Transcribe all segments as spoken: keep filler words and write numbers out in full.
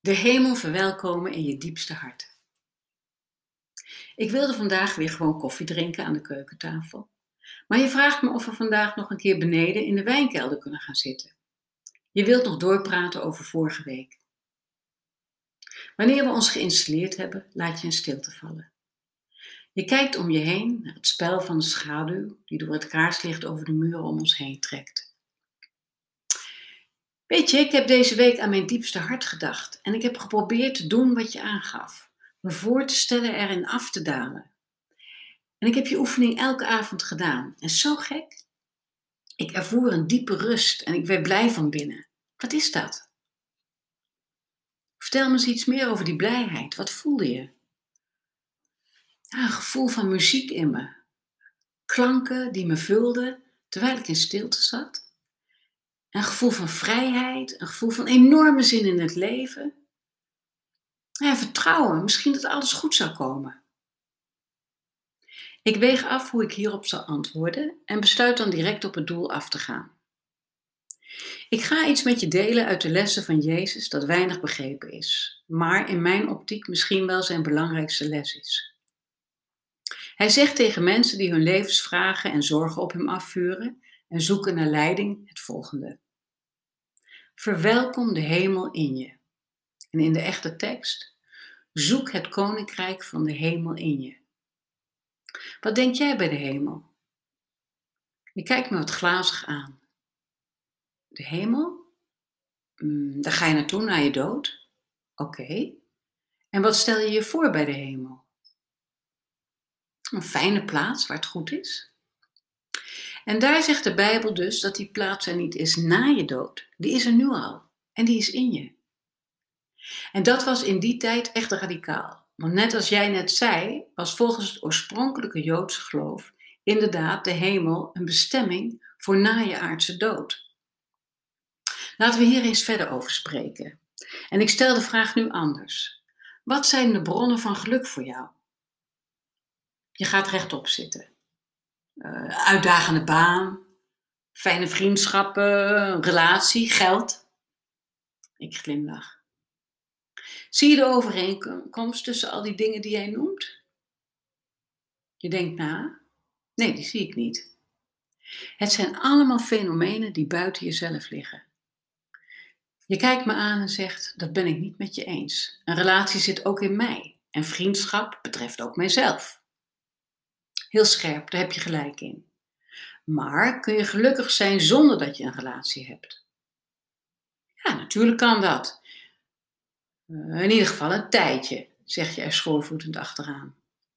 De hemel verwelkomen in je diepste hart. Ik wilde vandaag weer gewoon koffie drinken aan de keukentafel. Maar je vraagt me of we vandaag nog een keer beneden in de wijnkelder kunnen gaan zitten. Je wilt nog doorpraten over vorige week. Wanneer we ons geïnstalleerd hebben, laat je een stilte vallen. Je kijkt om je heen naar het spel van de schaduw die door het kaarslicht over de muren om ons heen trekt. Weet je, ik heb deze week aan mijn diepste hart gedacht en ik heb geprobeerd te doen wat je aangaf. Me voor te stellen erin af te dalen. En ik heb je oefening elke avond gedaan. En zo gek. Ik ervoer een diepe rust en ik werd blij van binnen. Wat is dat? Vertel me eens iets meer over die blijheid. Wat voelde je? Ja, een gevoel van muziek in me. Klanken die me vulden terwijl ik in stilte zat. Een gevoel van vrijheid, een gevoel van enorme zin in het leven. Ja, vertrouwen, misschien dat alles goed zou komen. Ik weeg af hoe ik hierop zal antwoorden en besluit dan direct op het doel af te gaan. Ik ga iets met je delen uit de lessen van Jezus dat weinig begrepen is, maar in mijn optiek misschien wel zijn belangrijkste les is. Hij zegt tegen mensen die hun levensvragen en zorgen op hem afvuren en zoeken naar leiding het volgende. Verwelkom de hemel in je. En in de echte tekst, zoek het koninkrijk van de hemel in je. Wat denk jij bij de hemel? Je kijkt me wat glazig aan. De hemel? Mm, daar ga je naartoe, naar je dood. Oké. Okay. En wat stel je je voor bij de hemel? Een fijne plaats waar het goed is. En daar zegt de Bijbel dus dat die plaats er niet is na je dood. Die is er nu al. En die is in je. En dat was in die tijd echt radicaal. Want net als jij net zei, was volgens het oorspronkelijke Joodse geloof inderdaad de hemel een bestemming voor na je aardse dood. Laten we hier eens verder over spreken. En ik stel de vraag nu anders. Wat zijn de bronnen van geluk voor jou? Je gaat rechtop zitten. Uh, uitdagende baan, fijne vriendschappen, relatie, geld. Ik glimlach. Zie je de overeenkomst tussen al die dingen die jij noemt? Je denkt na. Nee, die zie ik niet. Het zijn allemaal fenomenen die buiten jezelf liggen. Je kijkt me aan en zegt, dat ben ik niet met je eens. Een relatie zit ook in mij. En vriendschap betreft ook mijzelf. Heel scherp, daar heb je gelijk in. Maar kun je gelukkig zijn zonder dat je een relatie hebt? Ja, natuurlijk kan dat. In ieder geval een tijdje, zeg je er schoorvoetend achteraan.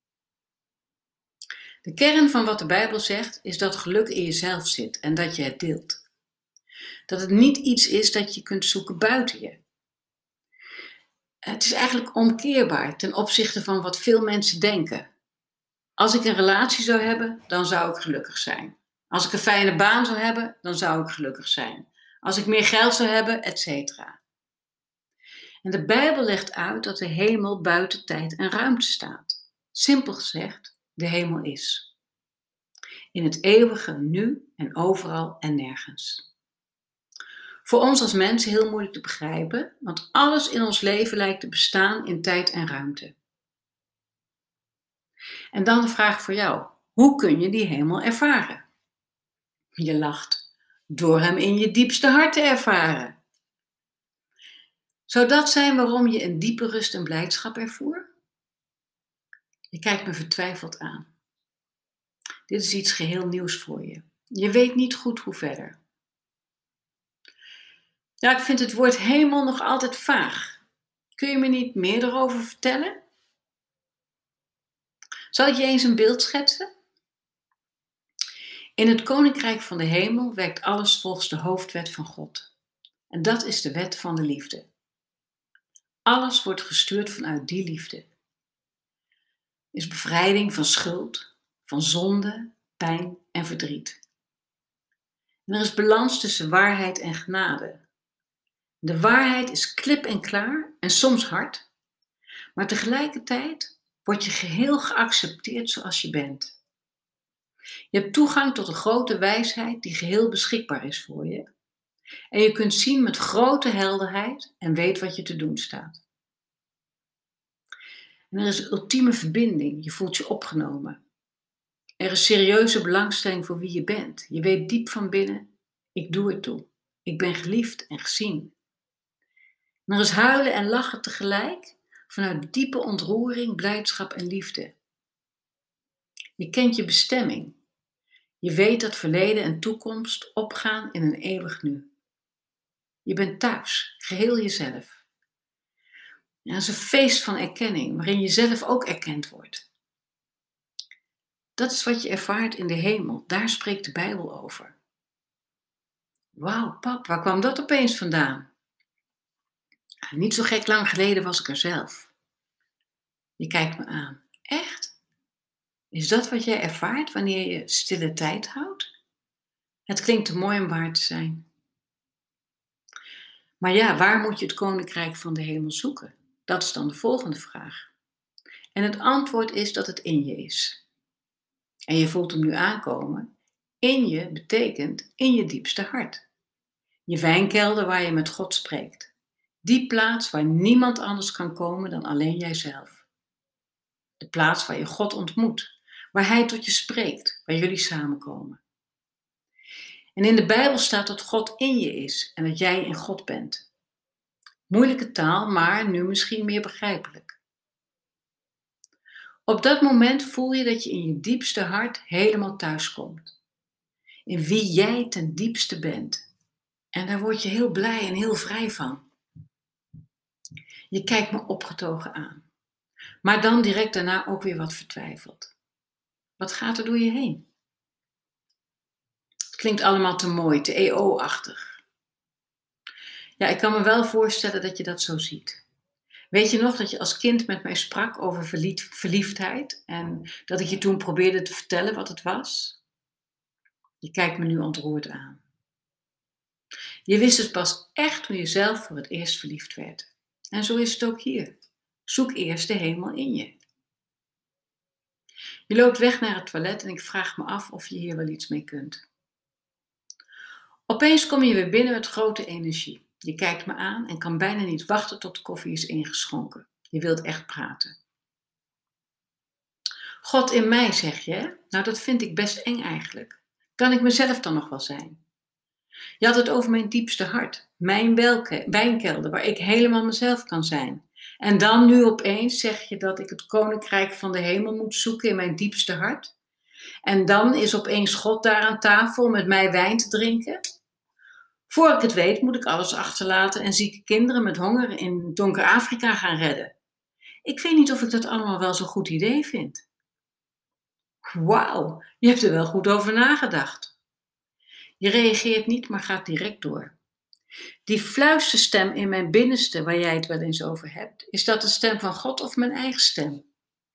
De kern van wat de Bijbel zegt is dat geluk in jezelf zit en dat je het deelt. Dat het niet iets is dat je kunt zoeken buiten je. Het is eigenlijk omkeerbaar ten opzichte van wat veel mensen denken. Als ik een relatie zou hebben, dan zou ik gelukkig zijn. Als ik een fijne baan zou hebben, dan zou ik gelukkig zijn. Als ik meer geld zou hebben, et cetera. En de Bijbel legt uit dat de hemel buiten tijd en ruimte staat. Simpel gezegd, de hemel is. In het eeuwige nu en overal en nergens. Voor ons als mensen heel moeilijk te begrijpen, want alles in ons leven lijkt te bestaan in tijd en ruimte. En dan de vraag voor jou, hoe kun je die hemel ervaren? Je lacht, door hem in je diepste hart te ervaren. Zou dat zijn waarom je een diepe rust en blijdschap ervoer? Je kijkt me vertwijfeld aan. Dit is iets geheel nieuws voor je. Je weet niet goed hoe verder. Ja, ik vind het woord hemel nog altijd vaag. Kun je me niet meer erover vertellen? Zal ik je eens een beeld schetsen? In het koninkrijk van de hemel werkt alles volgens de hoofdwet van God. En dat is de wet van de liefde. Alles wordt gestuurd vanuit die liefde. Er is bevrijding van schuld, van zonde, pijn en verdriet. En er is balans tussen waarheid en genade. De waarheid is klip en klaar en soms hard, maar tegelijkertijd word je geheel geaccepteerd zoals je bent. Je hebt toegang tot een grote wijsheid die geheel beschikbaar is voor je. En je kunt zien met grote helderheid en weet wat je te doen staat. En er is ultieme verbinding. Je voelt je opgenomen. Er is serieuze belangstelling voor wie je bent. Je weet diep van binnen, ik doe het toe. Ik ben geliefd en gezien. En er is huilen en lachen tegelijk, vanuit diepe ontroering, blijdschap en liefde. Je kent je bestemming. Je weet dat verleden en toekomst opgaan in een eeuwig nu. Je bent thuis, geheel jezelf. Ja, het is een feest van erkenning, waarin je zelf ook erkend wordt. Dat is wat je ervaart in de hemel, daar spreekt de Bijbel over. Wauw, pap, waar kwam dat opeens vandaan? Ja, niet zo gek lang geleden was ik er zelf. Je kijkt me aan. Echt? Is dat wat jij ervaart wanneer je stille tijd houdt? Het klinkt te mooi om waar te zijn. Maar ja, waar moet je het koninkrijk van de hemel zoeken? Dat is dan de volgende vraag. En het antwoord is dat het in je is. En je voelt hem nu aankomen. In je betekent in je diepste hart. Je wijnkelder waar je met God spreekt. Die plaats waar niemand anders kan komen dan alleen jijzelf. De plaats waar je God ontmoet. Waar Hij tot je spreekt. Waar jullie samenkomen. En in de Bijbel staat dat God in je is en dat jij in God bent. Moeilijke taal, maar nu misschien meer begrijpelijk. Op dat moment voel je dat je in je diepste hart helemaal thuis komt. In wie jij ten diepste bent. En daar word je heel blij en heel vrij van. Je kijkt me opgetogen aan. Maar dan direct daarna ook weer wat vertwijfeld. Wat gaat er door je heen? Het klinkt allemaal te mooi, te E O-achtig. Ja, ik kan me wel voorstellen dat je dat zo ziet. Weet je nog dat je als kind met mij sprak over verliefdheid en dat ik je toen probeerde te vertellen wat het was? Je kijkt me nu ontroerd aan. Je wist het pas echt toen je zelf voor het eerst verliefd werd. En zo is het ook hier. Zoek eerst de hemel in je. Je loopt weg naar het toilet en ik vraag me af of je hier wel iets mee kunt. Opeens kom je weer binnen met grote energie. Je kijkt me aan en kan bijna niet wachten tot de koffie is ingeschonken. Je wilt echt praten. God in mij, zeg je, hè? Nou, dat vind ik best eng eigenlijk. Kan ik mezelf dan nog wel zijn? Je had het over mijn diepste hart, mijn wijnkelder, waar ik helemaal mezelf kan zijn. En dan nu opeens zeg je dat ik het koninkrijk van de hemel moet zoeken in mijn diepste hart? En dan is opeens God daar aan tafel met mij wijn te drinken? Voor ik het weet moet ik alles achterlaten en zieke kinderen met honger in donker Afrika gaan redden. Ik weet niet of ik dat allemaal wel zo'n goed idee vind. Wauw, je hebt er wel goed over nagedacht. Je reageert niet, maar gaat direct door. Die fluisterstem in mijn binnenste waar jij het wel eens over hebt, is dat de stem van God of mijn eigen stem?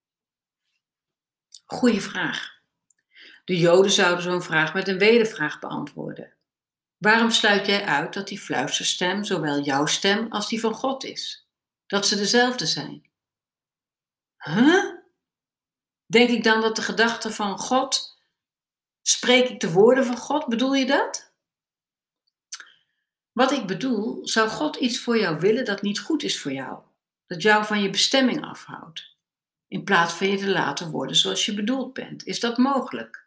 Goeie vraag. De Joden zouden zo'n vraag met een wedervraag beantwoorden. Waarom sluit jij uit dat die fluisterstem zowel jouw stem als die van God is? Dat ze dezelfde zijn? Huh? Denk ik dan dat de gedachte van God, spreek ik de woorden van God, bedoel je dat? Wat ik bedoel, zou God iets voor jou willen dat niet goed is voor jou? Dat jou van je bestemming afhoudt? In plaats van je te laten worden zoals je bedoeld bent. Is dat mogelijk?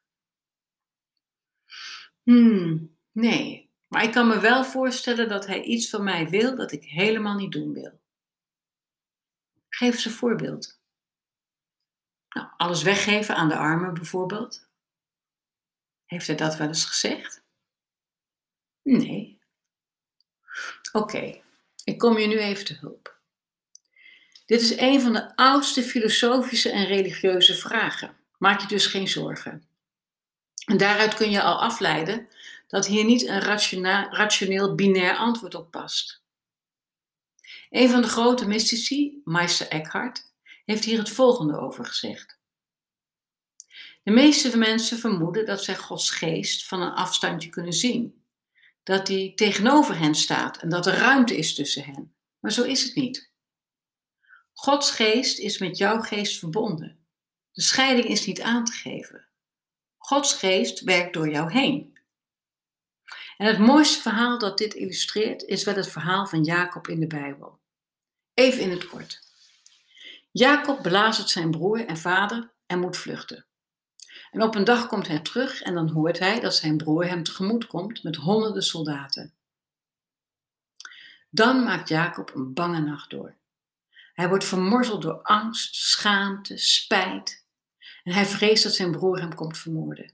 Hmm, nee. Maar ik kan me wel voorstellen dat hij iets van mij wil dat ik helemaal niet doen wil. Geef eens een voorbeeld. Nou, alles weggeven aan de armen bijvoorbeeld. Heeft hij dat wel eens gezegd? Nee. Oké, okay. Ik kom je nu even te hulp. Dit is een van de oudste filosofische en religieuze vragen. Maak je dus geen zorgen. En daaruit kun je al afleiden dat hier niet een rationa- rationeel binair antwoord op past. Een van de grote mystici, Meister Eckhart, heeft hier het volgende over gezegd. De meeste mensen vermoeden dat zij Gods geest van een afstandje kunnen zien. Dat hij tegenover hen staat en dat er ruimte is tussen hen. Maar zo is het niet. Gods geest is met jouw geest verbonden. De scheiding is niet aan te geven. Gods geest werkt door jou heen. En het mooiste verhaal dat dit illustreert is wel het verhaal van Jacob in de Bijbel. Even in het kort. Jacob belazert zijn broer en vader en moet vluchten. En op een dag komt hij terug en dan hoort hij dat zijn broer hem tegemoet komt met honderden soldaten. Dan maakt Jacob een bange nacht door. Hij wordt vermorzeld door angst, schaamte, spijt en hij vreest dat zijn broer hem komt vermoorden.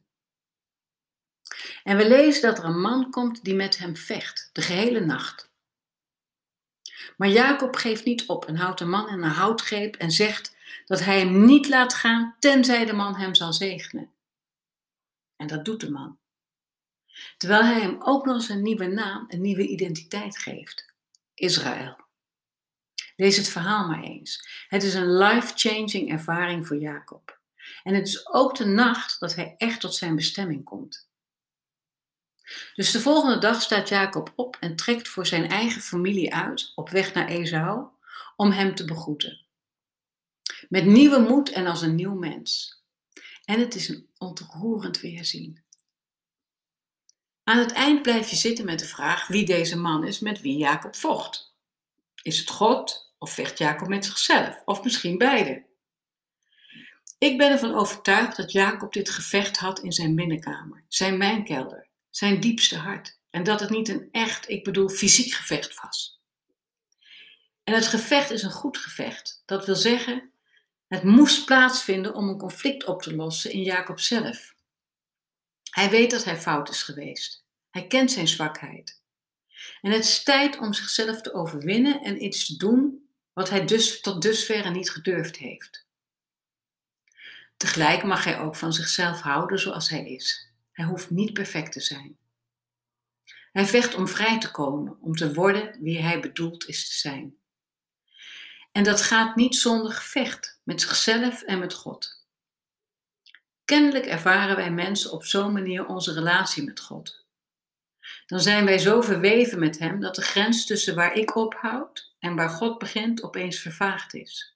En we lezen dat er een man komt die met hem vecht, de gehele nacht. Maar Jacob geeft niet op en houdt de man in een houtgreep en zegt dat hij hem niet laat gaan tenzij de man hem zal zegenen. En dat doet de man. Terwijl hij hem ook nog eens een nieuwe naam, een nieuwe identiteit geeft. Israël. Lees het verhaal maar eens. Het is een life-changing ervaring voor Jacob. En het is ook de nacht dat hij echt tot zijn bestemming komt. Dus de volgende dag staat Jacob op en trekt voor zijn eigen familie uit op weg naar Esau om hem te begroeten. Met nieuwe moed en als een nieuw mens. En het is een ontroerend weerzien. Aan het eind blijf je zitten met de vraag wie deze man is met wie Jacob vocht. Is het God of vecht Jacob met zichzelf? Of misschien beide? Ik ben ervan overtuigd dat Jacob dit gevecht had in zijn binnenkamer, zijn mijnkelder, zijn diepste hart. En dat het niet een echt, ik bedoel fysiek gevecht was. En het gevecht is een goed gevecht. Dat wil zeggen, het moest plaatsvinden om een conflict op te lossen in Jacob zelf. Hij weet dat hij fout is geweest. Hij kent zijn zwakheid. En het is tijd om zichzelf te overwinnen en iets te doen wat hij dus tot dusverre niet gedurfd heeft. Tegelijk mag hij ook van zichzelf houden zoals hij is. Hij hoeft niet perfect te zijn. Hij vecht om vrij te komen, om te worden wie hij bedoeld is te zijn. En dat gaat niet zonder gevecht met zichzelf en met God. Kennelijk ervaren wij mensen op zo'n manier onze relatie met God. Dan zijn wij zo verweven met hem dat de grens tussen waar ik ophoud en waar God begint opeens vervaagd is.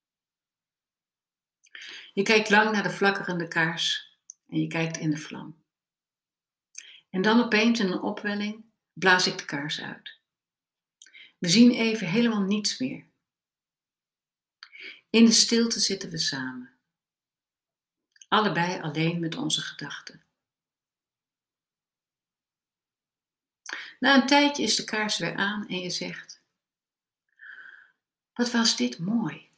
Je kijkt lang naar de flakkerende kaars en je kijkt in de vlam. En dan opeens in een opwelling blaas ik de kaars uit. We zien even helemaal niets meer. In de stilte zitten we samen. Allebei alleen met onze gedachten. Na een tijdje is de kaars weer aan en je zegt: wat was dit mooi.